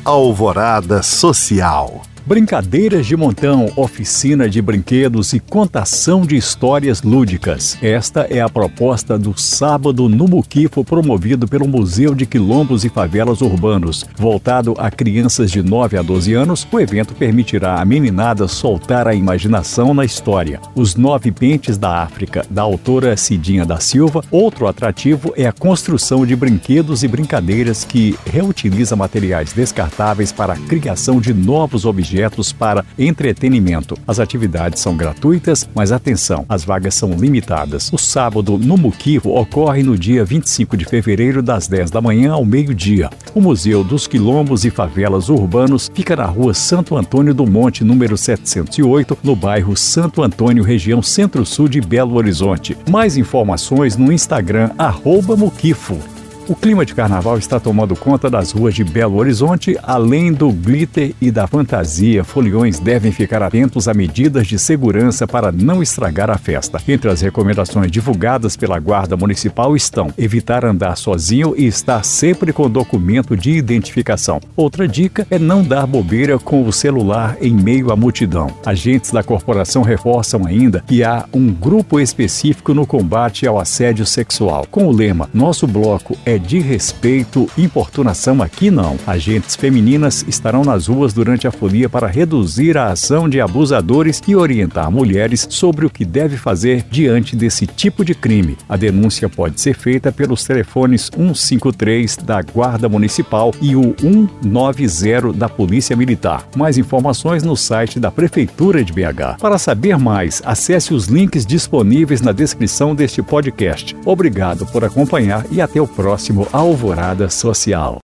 Alvorada Social. Brincadeiras de montão, oficina de brinquedos e contação de histórias lúdicas. Esta é a proposta do Sábado no Muquifo, promovido pelo Museu de Quilombos e Favelas Urbanos. Voltado a crianças de 9 a 12 anos, o evento permitirá à meninada soltar a imaginação na história. Os 9 Pentes da África, da autora Cidinha da Silva. Outro atrativo é a construção de brinquedos e brincadeiras que reutiliza materiais descartáveis para a criação de novos objetos para entretenimento. As atividades são gratuitas, mas atenção, as vagas são limitadas. O Sábado no Muquifo ocorre no dia 25 de fevereiro, das 10 da manhã ao meio-dia. O Museu dos Quilombos e Favelas Urbanos fica na rua Santo Antônio do Monte, número 708, no bairro Santo Antônio, região Centro-Sul de Belo Horizonte. Mais informações no Instagram, @Muquifo. O clima de carnaval está tomando conta das ruas de Belo Horizonte. Além do glitter e da fantasia, foliões devem ficar atentos a medidas de segurança para não estragar a festa. Entre as recomendações divulgadas pela Guarda Municipal estão evitar andar sozinho e estar sempre com documento de identificação. Outra dica é não dar bobeira com o celular em meio à multidão. Agentes da corporação reforçam ainda que há um grupo específico no combate ao assédio sexual. Com o lema "Nosso bloco é de respeito, importunação aqui não". Agentes femininas estarão nas ruas durante a folia para reduzir a ação de abusadores e orientar mulheres sobre o que deve fazer diante desse tipo de crime. A denúncia pode ser feita pelos telefones 153 da Guarda Municipal e o 190 da Polícia Militar. Mais informações no site da Prefeitura de BH. Para saber mais, acesse os links disponíveis na descrição deste podcast. Obrigado por acompanhar e até o próximo Alvorada Social.